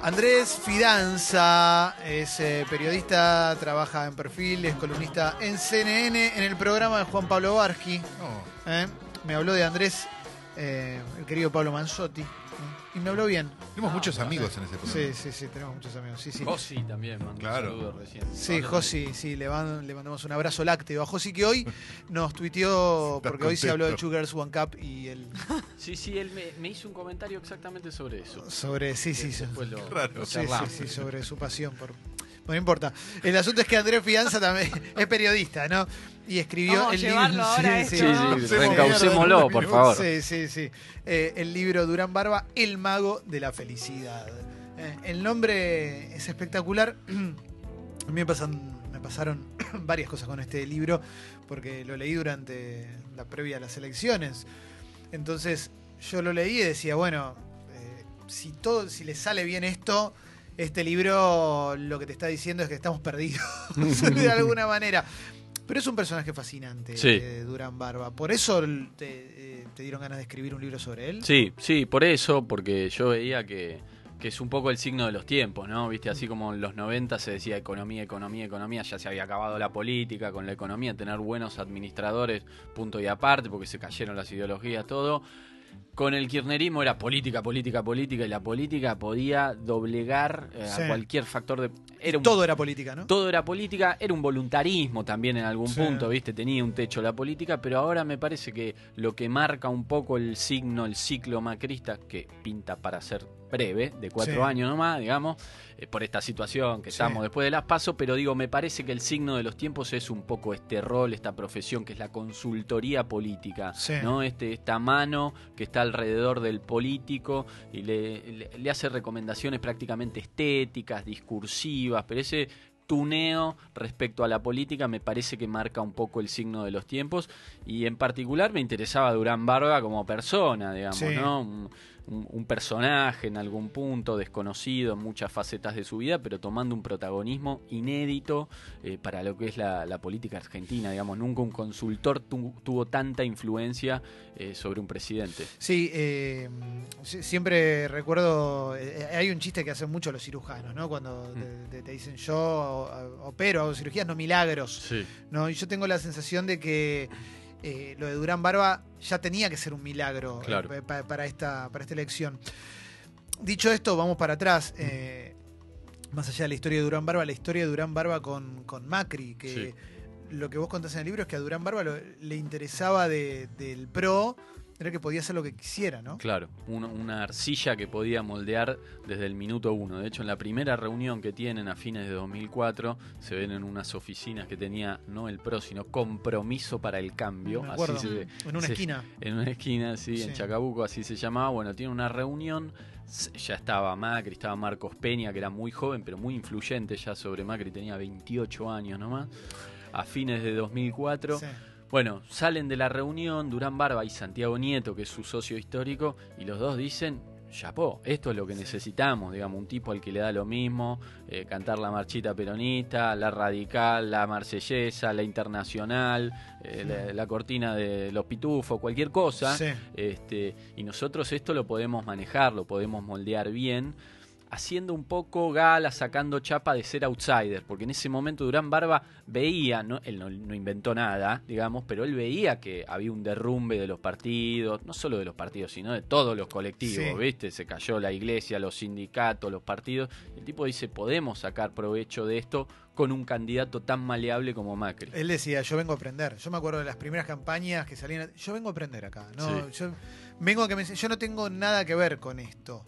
Andrés Fidanza es periodista, trabaja en Perfil, es columnista en CNN, en el programa de Juan Pablo Bargi. Me habló de Andrés, el querido Pablo Manzotti, y me habló bien. Tenemos muchos amigos en ese programa. Sí, tenemos muchos amigos. Sí. Josi también, mandó Claro. un saludo recién. Sí, Josi, sí, le mandamos un abrazo lácteo a Josi, que hoy nos tuiteó, Estás porque hoy se habló de contento. Two Girls One Cup y él Sí, él me hizo un comentario exactamente sobre eso. sobre, sí, Después lo Raro. charlamos. sí, sobre su pasión por... Bueno, no importa. El asunto es que Andrés Fidanza también es periodista, ¿no? Y escribió Vamos a el llevarlo libro... ahora Sí, esto. sí, Sí, reencaucémoslo, mierda, por favor. Sí. El libro Durán Barba, El mago de la felicidad. El nombre es espectacular. A mí me pasaron varias cosas con este libro, porque lo leí durante la previa a las elecciones. Entonces yo lo leí y decía, bueno, si le sale bien esto, este libro lo que te está diciendo es que estamos perdidos de alguna manera. Pero es un personaje fascinante, Sí. Durán Barba. ¿Por eso te dieron ganas de escribir un libro sobre él? Sí, por eso, porque yo veía que es un poco el signo de los tiempos, ¿no? Viste, así como en los 90 se decía economía, ya se había acabado la política, con la economía tener buenos administradores, punto y aparte, porque se cayeron las ideologías, todo. Con el kirchnerismo era política, y la política podía doblegar Sí. a cualquier factor de... Todo era política, ¿no? Todo era política, era un voluntarismo también en algún Sí. punto, ¿viste? Tenía un techo la política, pero ahora me parece que lo que marca un poco el ciclo macrista, que pinta para ser breve, de 4 Sí. años nomás, digamos, por esta situación que Sí. estamos después de las PASO, pero digo, me parece que el signo de los tiempos es un poco este rol, esta profesión que es la consultoría política, Sí. ¿no? Esta mano que está alrededor del político y le hace recomendaciones prácticamente estéticas, discursivas, pero ese tuneo respecto a la política me parece que marca un poco el signo de los tiempos, y en particular me interesaba Durán Barba como persona, digamos, Sí. ¿no? Un personaje en algún punto, desconocido en muchas facetas de su vida, pero tomando un protagonismo inédito para lo que es la política argentina, digamos. Nunca un consultor tuvo tanta influencia sobre un presidente. Sí, siempre recuerdo, hay un chiste que hacen mucho los cirujanos, ¿no? Cuando te dicen yo opero, hago cirugías, no milagros, Sí. ¿no? Y yo tengo la sensación de que lo de Durán Barba ya tenía que ser un milagro, Claro. para esta elección. Dicho esto, vamos para atrás. Más allá de la historia de Durán Barba, la historia de Durán Barba con Macri, que Sí. lo que vos contás en el libro es que a Durán Barba le interesaba del PRO, era que podía hacer lo que quisiera, ¿no? Claro, una arcilla que podía moldear desde el minuto 1. De hecho, en la primera reunión que tienen a fines de 2004, se ven en unas oficinas que tenía no el PRO, sino Compromiso para el Cambio. Me acuerdo, en una se- esquina. En una esquina, sí, Sí. en Chacabuco, así se llamaba. Bueno, tiene una reunión, ya estaba Macri, estaba Marcos Peña, que era muy joven, pero muy influyente ya sobre Macri, tenía 28 años nomás, a fines de 2004. Sí. Bueno, salen de la reunión Durán Barba y Santiago Nieto, que es su socio histórico, y los dos dicen, chapó, esto es lo que necesitamos, digamos, un tipo al que le da lo mismo, cantar la marchita peronista, la radical, la marsellesa, la internacional, la cortina de los pitufos, cualquier cosa, Sí. y nosotros esto lo podemos manejar, lo podemos moldear bien, haciendo un poco gala, sacando chapa de ser outsider, porque en ese momento Durán Barba veía, él no inventó nada, digamos, pero él veía que había un derrumbe de los partidos, no solo de los partidos, sino de todos los colectivos, Sí. ¿viste? Se cayó la iglesia, los sindicatos, los partidos. El tipo dice, podemos sacar provecho de esto con un candidato tan maleable como Macri. Él decía, yo vengo a aprender. Yo me acuerdo de las primeras campañas que salían, yo vengo a aprender acá, ¿no? Sí. Yo vengo a que yo no tengo nada que ver con esto.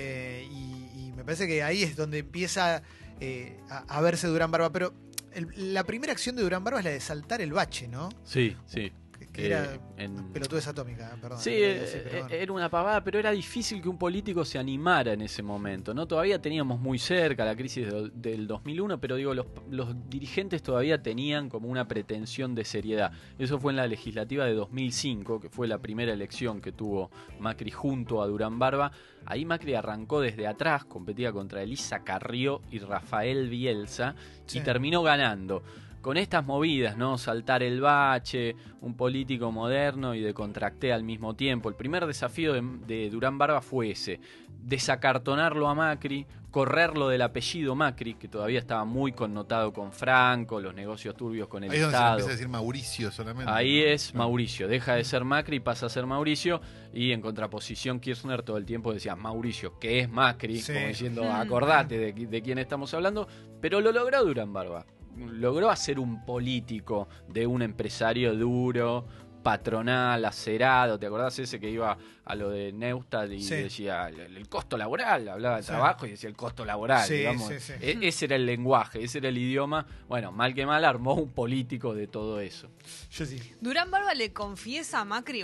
Y me parece que ahí es donde empieza a verse Durán Barba. Pero la primera acción de Durán Barba es la de saltar el bache, ¿no? Sí, sí. Que era en- pelotudez atómica, perdón. Sí, no lo quería decir, pero bueno. era una pavada, pero era difícil que un político se animara en ese momento, ¿no? Todavía teníamos muy cerca la crisis del 2001, pero digo, los dirigentes todavía tenían como una pretensión de seriedad. Eso fue en la legislativa de 2005, que fue la primera elección que tuvo Macri junto a Durán Barba. Ahí Macri arrancó desde atrás, competía contra Elisa Carrió y Rafael Bielsa, Sí. y terminó ganando. con estas movidas, ¿no? Saltar el bache, un político moderno y de contracté al mismo tiempo. El primer desafío de Durán Barba fue ese, desacartonarlo a Macri, correrlo del apellido Macri, que todavía estaba muy connotado con Franco, los negocios turbios con el Ahí es donde se Estado. empieza a decir Mauricio solamente. Ahí es Mauricio, deja de ser Macri y pasa a ser Mauricio, y en contraposición Kirchner todo el tiempo decía Mauricio, que es Macri, como diciendo, acordate de quién estamos hablando, pero lo logró Durán Barba. Logró hacer un político de un empresario duro, patronal, acerado. ¿Te acordás ese que iba a lo de Neustadt y decía el costo laboral? Hablaba de trabajo y decía el costo laboral, digamos. Ese era el lenguaje, ese era el idioma. Bueno, mal que mal armó un político de todo eso. Yo sí. Durán Barba le confiesa a Macri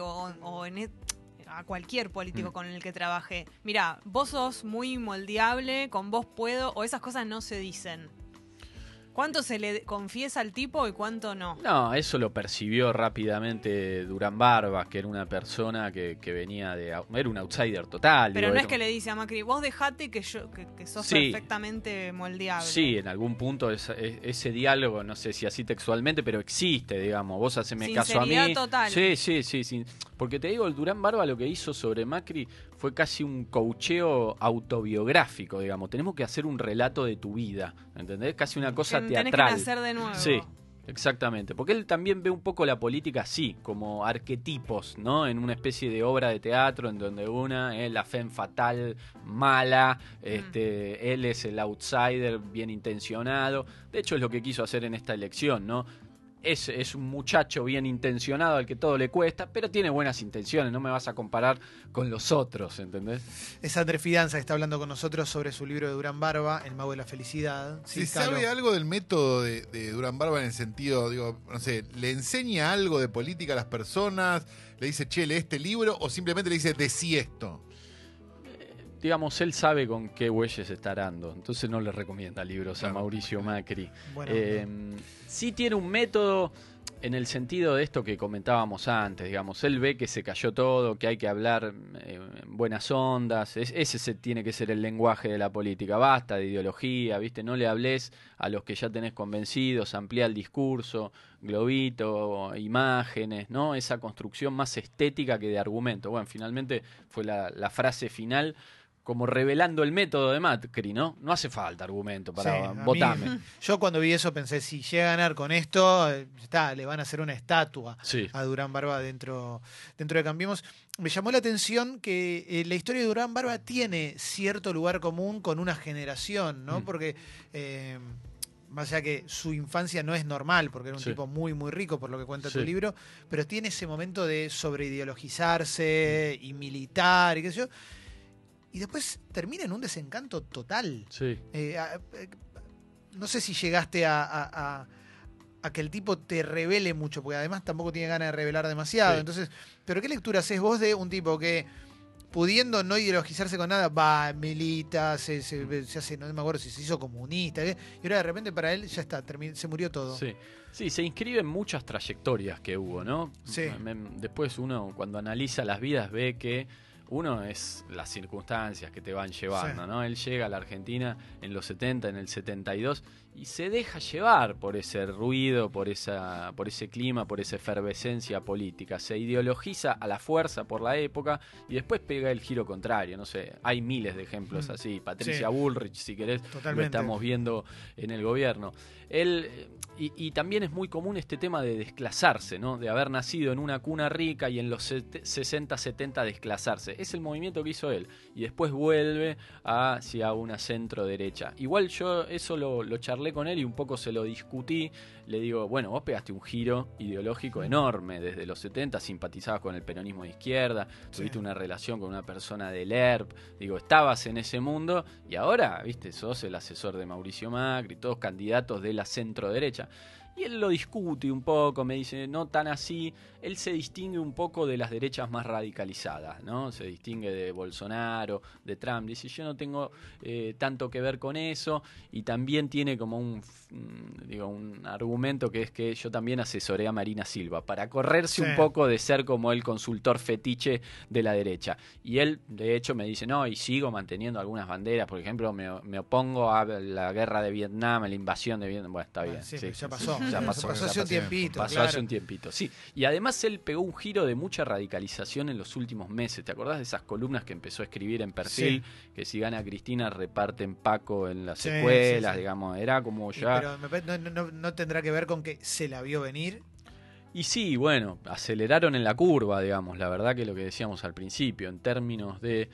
a cualquier político con el que trabaje: mira, vos sos muy moldeable, con vos puedo, o esas cosas no se dicen. ¿Cuánto se le confiesa al tipo y cuánto no? No, eso lo percibió rápidamente Durán Barba, que era una persona que venía era un outsider total. Pero no es que le dice a Macri, vos dejate que sos perfectamente moldeable. Sí, en algún punto ese diálogo, no sé si así textualmente, pero existe, digamos. Vos haceme caso a mí. Sinceridad total. Sí. Porque te digo, el Durán Barba lo que hizo sobre Macri fue casi un coacheo autobiográfico, digamos. Tenemos que hacer un relato de tu vida, ¿entendés? Casi una cosa teatral. Tenés que nacer de nuevo. Sí, exactamente. Porque él también ve un poco la política así, como arquetipos, ¿no? En una especie de obra de teatro en donde una es la femme fatal mala, él es el outsider bien intencionado. De hecho, es lo que quiso hacer en esta elección, ¿no? Es un muchacho bien intencionado al que todo le cuesta, pero tiene buenas intenciones, no me vas a comparar con los otros, ¿entendés? Es Andrés Fidanza que está hablando con nosotros sobre su libro de Durán Barba, El mago de la felicidad. ¿Se sabe algo del método de Durán Barba en el sentido, digo, no sé, le enseña algo de política a las personas, le dice, che, lee este libro, o simplemente le dice, decí esto? Digamos, él sabe con qué bueyes está arando, entonces no le recomienda libros a Mauricio Macri. Sí tiene un método en el sentido de esto que comentábamos antes, digamos, él ve que se cayó todo, que hay que hablar en buenas ondas, ese tiene que ser el lenguaje de la política, basta de ideología, ¿viste? No le hables a los que ya tenés convencidos, amplía el discurso, globito, imágenes, ¿no? Esa construcción más estética que de argumento. Bueno, finalmente fue la frase final, como revelando el método de Macri, ¿no? No hace falta argumento para votarme. Yo cuando vi eso pensé, si llega a ganar con esto, le van a hacer una estatua a Durán Barba dentro de Cambiemos. Me llamó la atención que la historia de Durán Barba tiene cierto lugar común con una generación, ¿no? Porque más allá que su infancia no es normal, porque era un tipo muy, muy rico, por lo que cuenta tu libro, pero tiene ese momento de sobreideologizarse y militar y qué sé yo. Y después termina en un desencanto total. Sí. No sé si llegaste a que el tipo te revele mucho, porque además tampoco tiene ganas de revelar demasiado. Sí. Entonces, ¿pero qué lectura haces vos de un tipo que, pudiendo no ideologizarse con nada, milita, se hace, no me acuerdo si se hizo comunista, y ahora de repente para él ya está, se murió todo? Sí, se inscribe en muchas trayectorias que hubo, ¿no? Sí. Después uno, cuando analiza las vidas, ve que uno es las circunstancias que te van llevando, ¿no? Él llega a la Argentina en los 70, en el 72, y se deja llevar por ese ruido, por ese clima, por esa efervescencia política. Se ideologiza a la fuerza por la época y después pega el giro contrario. No sé, hay miles de ejemplos así. Patricia Bullrich, si querés, lo estamos viendo en el gobierno. Él, y también es muy común este tema de desclasarse, ¿no? De haber nacido en una cuna rica y en los 60, 70 desclasarse. Es el movimiento que hizo él. Y después vuelve hacia una centro derecha. Igual yo eso lo charlé con él y un poco se lo discutí. Le digo, bueno, vos pegaste un giro ideológico enorme. Desde los 70 simpatizabas con el peronismo de izquierda, tuviste una relación con una persona del ERP. Digo, estabas en ese mundo y ahora, viste, sos el asesor de Mauricio Macri, todos candidatos de la centro derecha. Y él lo discute un poco, me dice, no tan así. Él se distingue un poco de las derechas más radicalizadas, ¿no? Se distingue de Bolsonaro, de Trump. Dice, yo no tengo tanto que ver con eso. Y también tiene como un argumento que es que yo también asesoré a Marina Silva para correrse un poco de ser como el consultor fetiche de la derecha. Y él, de hecho, me dice, no, y sigo manteniendo algunas banderas. Por ejemplo, me opongo a la guerra de Vietnam, a la invasión de Vietnam. Bueno, está bien. Sí. Ya pasó. Ya pasó hace un tiempito. Pasó claro. hace un tiempito, sí. Y además él pegó un giro de mucha radicalización en los últimos meses. ¿Te acordás de esas columnas que empezó a escribir en Perfil? Sí. Que si gana Cristina reparten Paco en las Sí, escuelas, sí. digamos. Era como Y, ya... pero no tendrá que ver con que se la vio venir. Y sí, bueno, aceleraron en la curva, digamos. La verdad que lo que decíamos al principio, en términos de...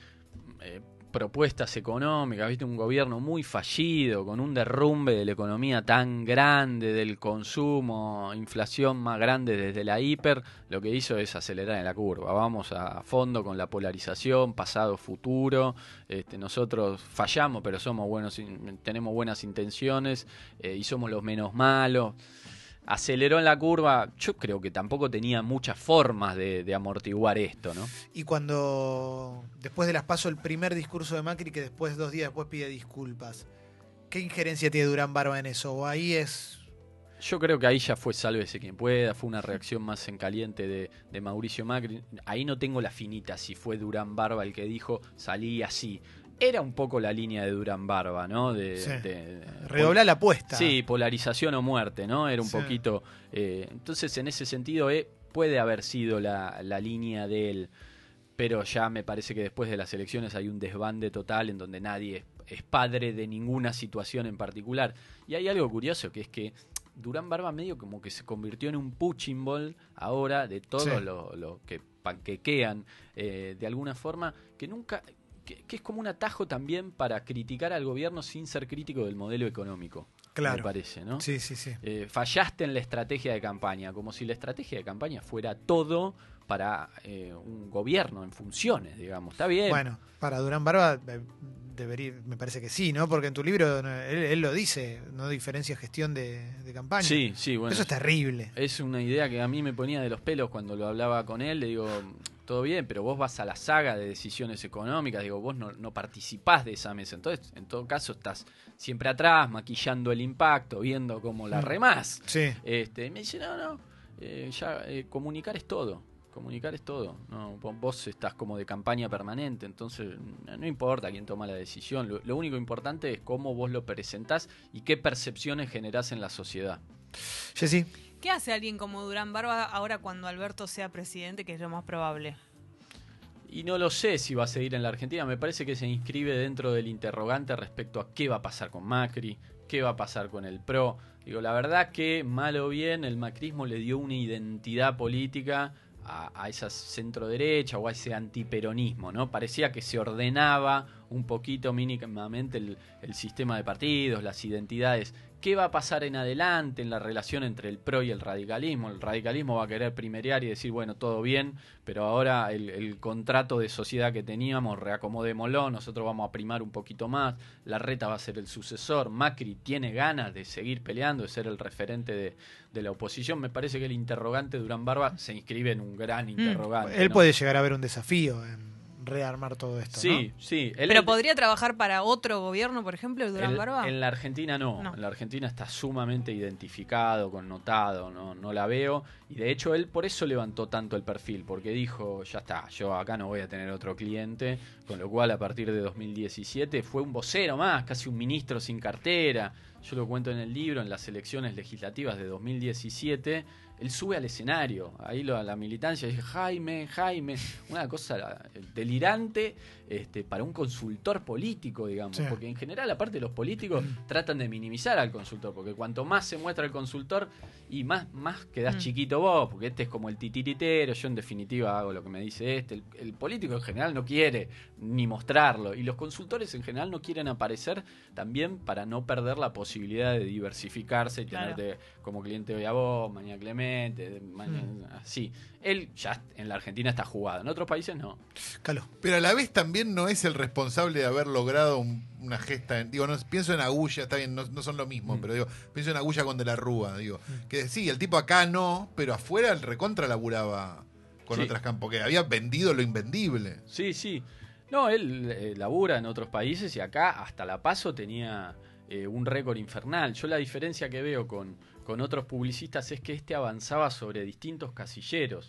propuestas económicas, viste, un gobierno muy fallido, con un derrumbe de la economía tan grande, del consumo, inflación más grande desde la hiper, lo que hizo es acelerar en la curva. Vamos a fondo con la polarización, pasado, futuro. Nosotros fallamos, pero somos buenos, tenemos buenas intenciones y somos los menos malos. Aceleró en la curva, yo creo que tampoco tenía muchas formas de amortiguar esto, ¿no? Y cuando, después de las PASO, el primer discurso de Macri, que después, 2 días después, pide disculpas, ¿qué injerencia tiene Durán Barba en eso? ¿O ahí es...? Yo creo que ahí ya fue sálvese quien pueda, fue una reacción más en caliente de Mauricio Macri. Ahí no tengo la finita si fue Durán Barba el que dijo salí así. Era un poco la línea de Durán Barba, ¿no? Sí. Redoblar la apuesta. Sí, polarización o muerte, ¿no? Era un Sí. poquito... entonces, en ese sentido, puede haber sido la línea de él, pero ya me parece que después de las elecciones hay un desbande total en donde nadie es padre de ninguna situación en particular. Y hay algo curioso, que es que Durán Barba medio como que se convirtió en un punching ball ahora de todos Sí. los que panquequean de alguna forma, que nunca... Que es como un atajo también para criticar al gobierno sin ser crítico del modelo económico, Claro. me parece, ¿no? Sí, sí, sí. Fallaste en la estrategia de campaña, como si la estrategia de campaña fuera todo para un gobierno en funciones, digamos. Está bien. Bueno, para Durán Barba debería, me parece que sí, ¿no? Porque en tu libro él lo dice, no diferencia gestión de campaña. Sí, sí, bueno. Eso es terrible. Es una idea que a mí me ponía de los pelos cuando lo hablaba con él. Le digo, todo bien, pero vos vas a la saga de decisiones económicas. Digo, vos no participás de esa mesa. Entonces, en todo caso, estás siempre atrás, maquillando el impacto, viendo cómo la remás. Sí. Y me dice, comunicar es todo. Comunicar es todo. No, vos estás como de campaña permanente, entonces no importa quién toma la decisión. Lo único importante es cómo vos lo presentás y qué percepciones generás en la sociedad. Jessy. ¿Qué hace alguien como Durán Barba ahora cuando Alberto sea presidente, que es lo más probable? Y no lo sé si va a seguir en la Argentina. Me parece que se inscribe dentro del interrogante respecto a qué va a pasar con Macri, qué va a pasar con el PRO. Digo, la verdad que, mal o bien, el macrismo le dio una identidad política a esa centro-derecha o a ese antiperonismo, ¿no? Parecía que se ordenaba un poquito mínimamente el sistema de partidos, las identidades. ¿Qué va a pasar en adelante en la relación entre el PRO y el radicalismo? El radicalismo va a querer primerear y decir, bueno, todo bien, pero ahora el contrato de sociedad que teníamos, reacomodémoslo, nosotros vamos a primar un poquito más, Larreta va a ser el sucesor, Macri tiene ganas de seguir peleando, de ser el referente de la oposición. Me parece que el interrogante Durán Barba se inscribe en un gran interrogante. Él ¿no? puede llegar a ver un desafío en rearmar todo esto, Sí, ¿no? sí. ¿Pero podría trabajar para otro gobierno, por ejemplo, Durán Barba? En la Argentina no. En la Argentina está sumamente identificado, connotado, no la veo. Y de hecho él por eso levantó tanto el perfil, porque dijo, ya está, yo acá no voy a tener otro cliente. Con lo cual a partir de 2017 fue un vocero más, casi un ministro sin cartera. Yo lo cuento en el libro, en las elecciones legislativas de 2017... Él sube al escenario, ahí la militancia dice Jaime, una cosa delirante para un consultor político, digamos, sí. Porque en general, aparte, los políticos tratan de minimizar al consultor, porque cuanto más se muestra el consultor y más quedás chiquito vos, porque este es como el titiritero, yo en definitiva hago lo que me dice este. El político en general no quiere ni mostrarlo, y los consultores en general no quieren aparecer también para no perder la posibilidad de diversificarse y tenerte como cliente hoy a vos, mañana Clemente, mañana así. Él ya en la Argentina está jugado, en otros países no. Calo. Pero a la vez también no es el responsable de haber logrado una gesta. Digo, no, pienso en Agulla, está bien, no son lo mismo, pero digo, pienso en Agulla con De la Rúa, digo. Que sí, el tipo acá no, pero afuera el recontra laburaba con otras campos, que había vendido lo invendible. Sí, sí. No, él labura en otros países y acá hasta La Paso tenía un récord infernal. Yo la diferencia que veo con otros publicistas es que avanzaba sobre distintos casilleros.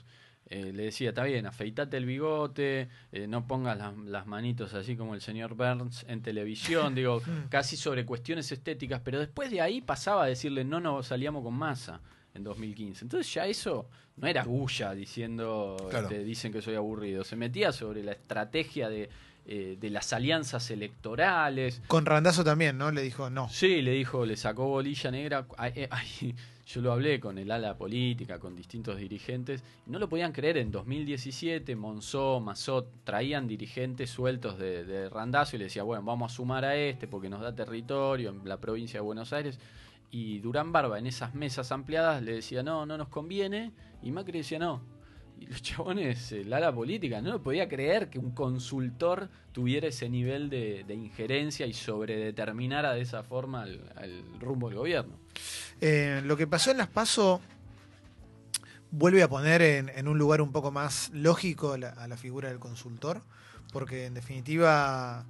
le decía, está bien, afeitate el bigote, no pongas las manitos así como el señor Burns en televisión, digo, casi sobre cuestiones estéticas, pero después de ahí pasaba a decirle, no salíamos con Massa en 2015. Entonces ya eso no era Gulla diciendo, Claro. dicen que soy aburrido, se metía sobre la estrategia de las alianzas electorales. Con Randazzo también, ¿no? Le dijo no. Sí, le dijo, le sacó bolilla negra. Yo lo hablé con el ala política, con distintos dirigentes, y no lo podían creer. En 2017, Monzó, Massot traían dirigentes sueltos de Randazzo y le decía, bueno, vamos a sumar a este porque nos da territorio en la provincia de Buenos Aires. Y Durán Barba en esas mesas ampliadas le decía, no nos conviene, y Macri decía no. Y los chabones, el ala política, no lo podía creer que un consultor tuviera ese nivel de injerencia y sobredeterminara de esa forma al rumbo del gobierno. Lo que pasó en las PASO vuelve a poner en un lugar un poco más lógico a la figura del consultor, porque en definitiva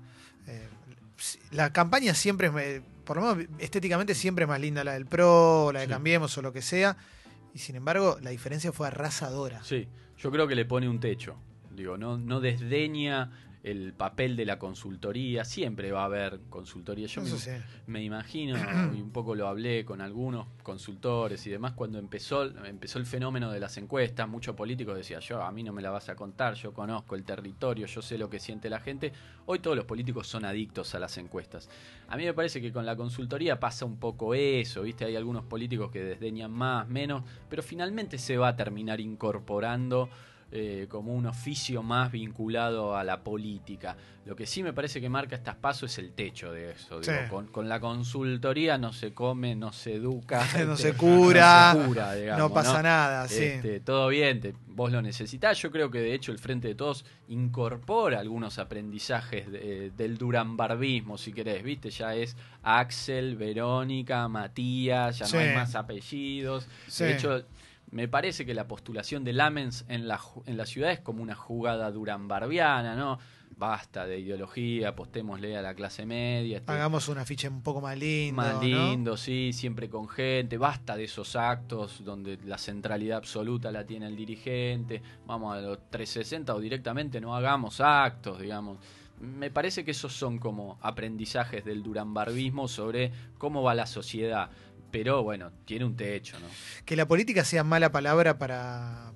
la campaña siempre es, por lo menos estéticamente, siempre es más linda la del PRO, la de Sí. Cambiemos o lo que sea, y sin embargo la diferencia fue arrasadora. Sí, yo creo que le pone un techo. Digo, no desdeña el papel de la consultoría, siempre va a haber consultoría. Yo Eso sí. me imagino, y un poco lo hablé con algunos consultores y demás, cuando empezó el fenómeno de las encuestas, muchos políticos decían, a mí no me la vas a contar, yo conozco el territorio, yo sé lo que siente la gente. Hoy todos los políticos son adictos a las encuestas. A mí me parece que con la consultoría pasa un poco eso, ¿viste? Hay algunos políticos que desdeñan más, menos, pero finalmente se va a terminar incorporando como un oficio más vinculado a la política. Lo que sí me parece que marca estas pasos es el techo de eso. Sí. Digo, con la consultoría no se come, no se educa, No se cura, no se cura, digamos, no pasa nada, sí. Todo bien, vos lo necesitás. Yo creo que de hecho el Frente de Todos incorpora algunos aprendizajes del duranbarbismo, si querés, ¿viste? Ya es Axel, Verónica, Matías, ya Sí. no hay más apellidos. Sí. De hecho, me parece que la postulación de Lamens en la ciudad es como una jugada duranbarbiana, ¿no? Basta de ideología, apostémosle a la clase media. Hagamos un afiche un poco más lindo. Más ¿no? lindo, sí, siempre con gente. Basta de esos actos donde la centralidad absoluta la tiene el dirigente. Vamos a los 360 o directamente no hagamos actos, digamos. Me parece que esos son como aprendizajes del duranbarbismo sobre cómo va la sociedad. Pero bueno, tiene un techo, ¿no? Que la política sea mala palabra para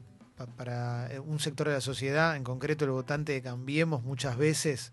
un sector de la sociedad, en concreto el votante de Cambiemos muchas veces,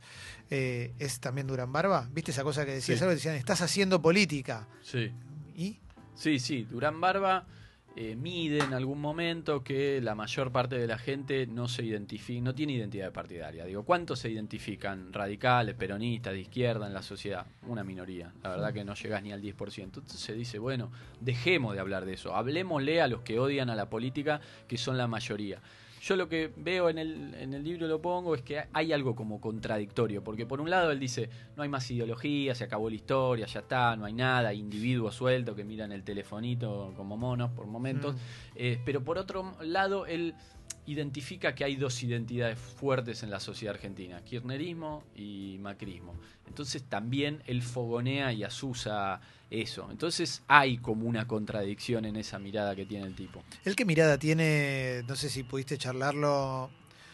es también Durán Barba. ¿Viste esa cosa que decías? Sí. Algo que decían, estás haciendo política. Sí. ¿Y? Sí, Durán Barba mide en algún momento que la mayor parte de la gente no se identifica, no tiene identidad partidaria. Digo, ¿cuántos se identifican radicales, peronistas, de izquierda en la sociedad? Una minoría. La verdad que no llegás ni al 10%. Entonces se dice, bueno, dejemos de hablar de eso. Hablemosle a los que odian a la política, que son la mayoría. Yo lo que veo en el libro, lo pongo, es que hay algo como contradictorio, porque por un lado él dice, no hay más ideología, se acabó la historia, ya está, no hay nada, individuos sueltos que miran el telefonito como monos por momentos, pero por otro lado él identifica que hay dos identidades fuertes en la sociedad argentina, kirchnerismo y macrismo. Entonces también él fogonea y asusa eso. Entonces hay como una contradicción en esa mirada que tiene el tipo. ¿Él qué mirada tiene? No sé si pudiste charlarlo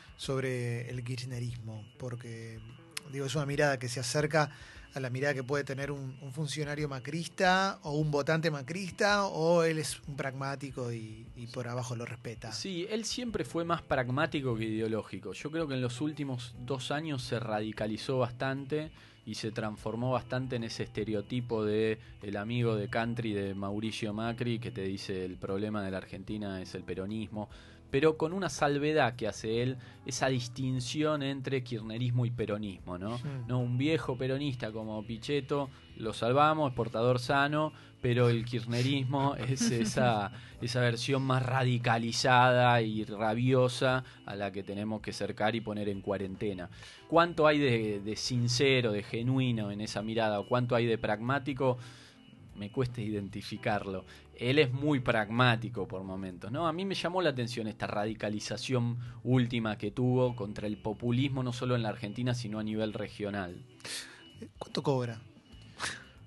sobre el kirchnerismo, porque digo, es una mirada que se acerca a la mirada que puede tener un funcionario macrista o un votante macrista, o él es un pragmático y por abajo lo respeta. Sí, él siempre fue más pragmático que ideológico. Yo creo que en los últimos 2 años se radicalizó bastante y se transformó bastante en ese estereotipo de el amigo de country de Mauricio Macri que te dice el problema de la Argentina es el peronismo, pero con una salvedad que hace él, esa distinción entre kirchnerismo y peronismo, ¿no? No, un viejo peronista como Pichetto lo salvamos, es portador sano, pero el kirchnerismo es esa versión más radicalizada y rabiosa a la que tenemos que cercar y poner en cuarentena. ¿Cuánto hay de sincero, de genuino en esa mirada, o cuánto hay de pragmático? Me cuesta identificarlo. Él es muy pragmático por momentos, ¿no? A mí me llamó la atención esta radicalización última que tuvo contra el populismo, no solo en la Argentina, sino a nivel regional. ¿Cuánto cobra?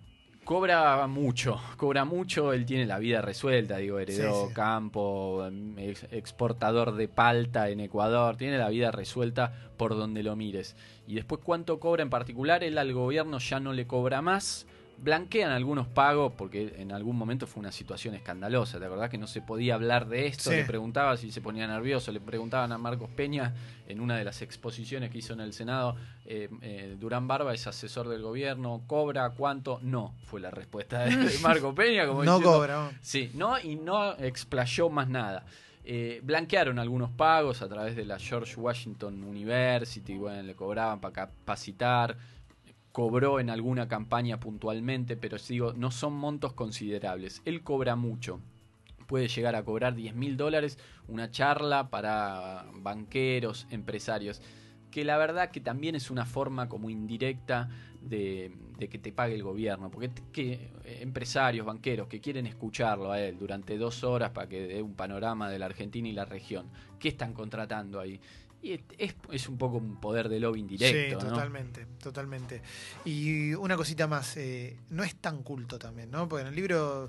Cobra mucho, él tiene la vida resuelta, digo, heredó Sí. campo, exportador de palta en Ecuador, tiene la vida resuelta por donde lo mires. Y después cuánto cobra en particular, él al gobierno ya no le cobra más, blanquean algunos pagos, porque en algún momento fue una situación escandalosa, ¿te acordás que no se podía hablar de esto? Sí. Le preguntaba si se ponía nervioso, le preguntaban a Marcos Peña en una de las exposiciones que hizo en el Senado, Durán Barba es asesor del gobierno, ¿cobra cuánto? No, fue la respuesta de Marcos Peña. Como No diciendo, cobra. Sí, no, y no explayó más nada. Blanquearon algunos pagos a través de la George Washington University, bueno, le cobraban para capacitar, cobró en alguna campaña puntualmente, pero digo, no son montos considerables. Él cobra mucho. Puede llegar a cobrar $10.000 una charla para banqueros, empresarios, que la verdad que también es una forma como indirecta de que te pague el gobierno, porque empresarios, banqueros que quieren escucharlo a él durante 2 horas para que dé un panorama de la Argentina y la región, ¿qué están contratando ahí? Y es un poco un poder de lobby indirecto, Sí, ¿no? totalmente. Y una cosita más, no es tan culto también, ¿no? Porque en el libro...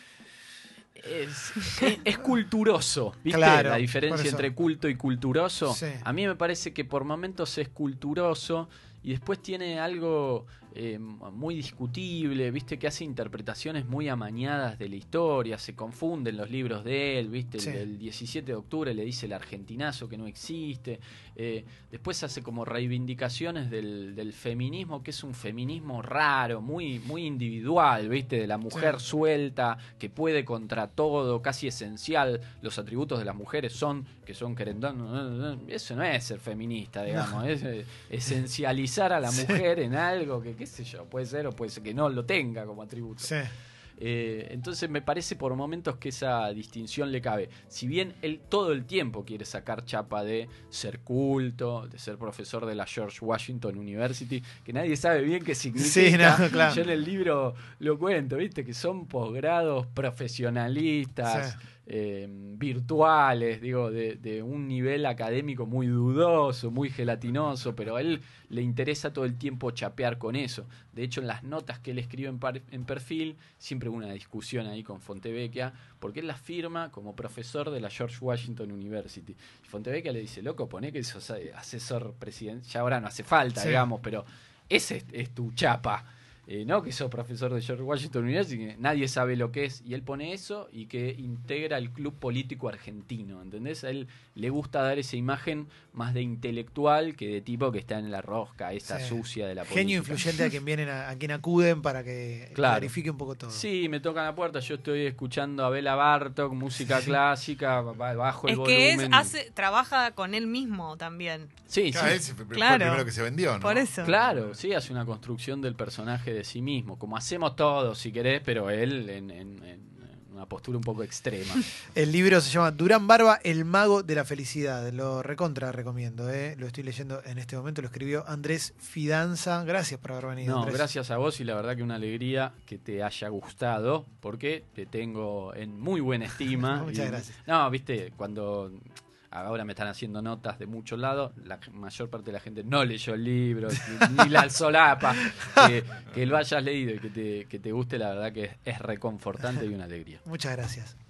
Es culturoso, ¿viste? Claro, La por diferencia eso. entre culto y culturoso. Sí. A mí me parece que por momentos es culturoso y después tiene algo muy discutible, ¿viste? Que hace interpretaciones muy amañadas de la historia, se confunden los libros de él, ¿viste? Sí. El 17 de octubre le dice el argentinazo que no existe. Después hace como reivindicaciones del feminismo, que es un feminismo raro, muy, muy individual, ¿viste? De la mujer Sí. suelta, que puede contra todo, casi esencial. Los atributos de las mujeres son querendonas. Eso no es ser feminista, digamos. Es esencializar a la mujer en algo que, qué sé yo, puede ser o puede ser que no lo tenga como atributo. Sí. Entonces me parece por momentos que esa distinción le cabe. Si bien él todo el tiempo quiere sacar chapa de ser culto, de ser profesor de la George Washington University, que nadie sabe bien qué significa. Sí, no, claro. Yo en el libro lo cuento, ¿viste? Que son posgrados profesionalistas, virtuales, digo, de un nivel académico muy dudoso, muy gelatinoso, pero a él le interesa todo el tiempo chapear con eso. De hecho, en las notas que él escribe en perfil, siempre hubo una discusión ahí con Fontevecchia, porque él las firma como profesor de la George Washington University. Y Fontevecchia le dice, loco, poné que sos asesor presidencial, ya ahora no hace falta, Sí. digamos, pero ese es tu chapa. No que sos profesor de George Washington University, que nadie sabe lo que es, y él pone eso y que integra el club político argentino, ¿entendés? A él le gusta dar esa imagen más de intelectual que de tipo que está en la rosca, esta Sí. sucia de la política. Genio influyente a quien acuden para que Claro. clarifique un poco todo. Sí, me tocan la puerta, yo estoy escuchando a Bela Bartok, música clásica, bajo el Es que volumen. trabaja con él mismo también. Sí, Claro, sí. ese fue Claro. el primero que se vendió, ¿no? Por eso. Claro, sí, hace una construcción del personaje de sí mismo, como hacemos todos, si querés, pero él en una postura un poco extrema. El libro se llama Durán Barba, el mago de la felicidad. Lo recontra recomiendo, ¿eh? Lo estoy leyendo en este momento. Lo escribió Andrés Fidanza. Gracias por haber venido, No, Andrés. gracias a vos y la verdad que una alegría que te haya gustado, porque te tengo en muy buena estima. Muchas Y- gracias. No, viste, cuando ahora me están haciendo notas de muchos lados, la mayor parte de la gente no leyó el libro, ni la solapa. Que lo hayas leído y que te guste, la verdad que es reconfortante y una alegría. Muchas gracias.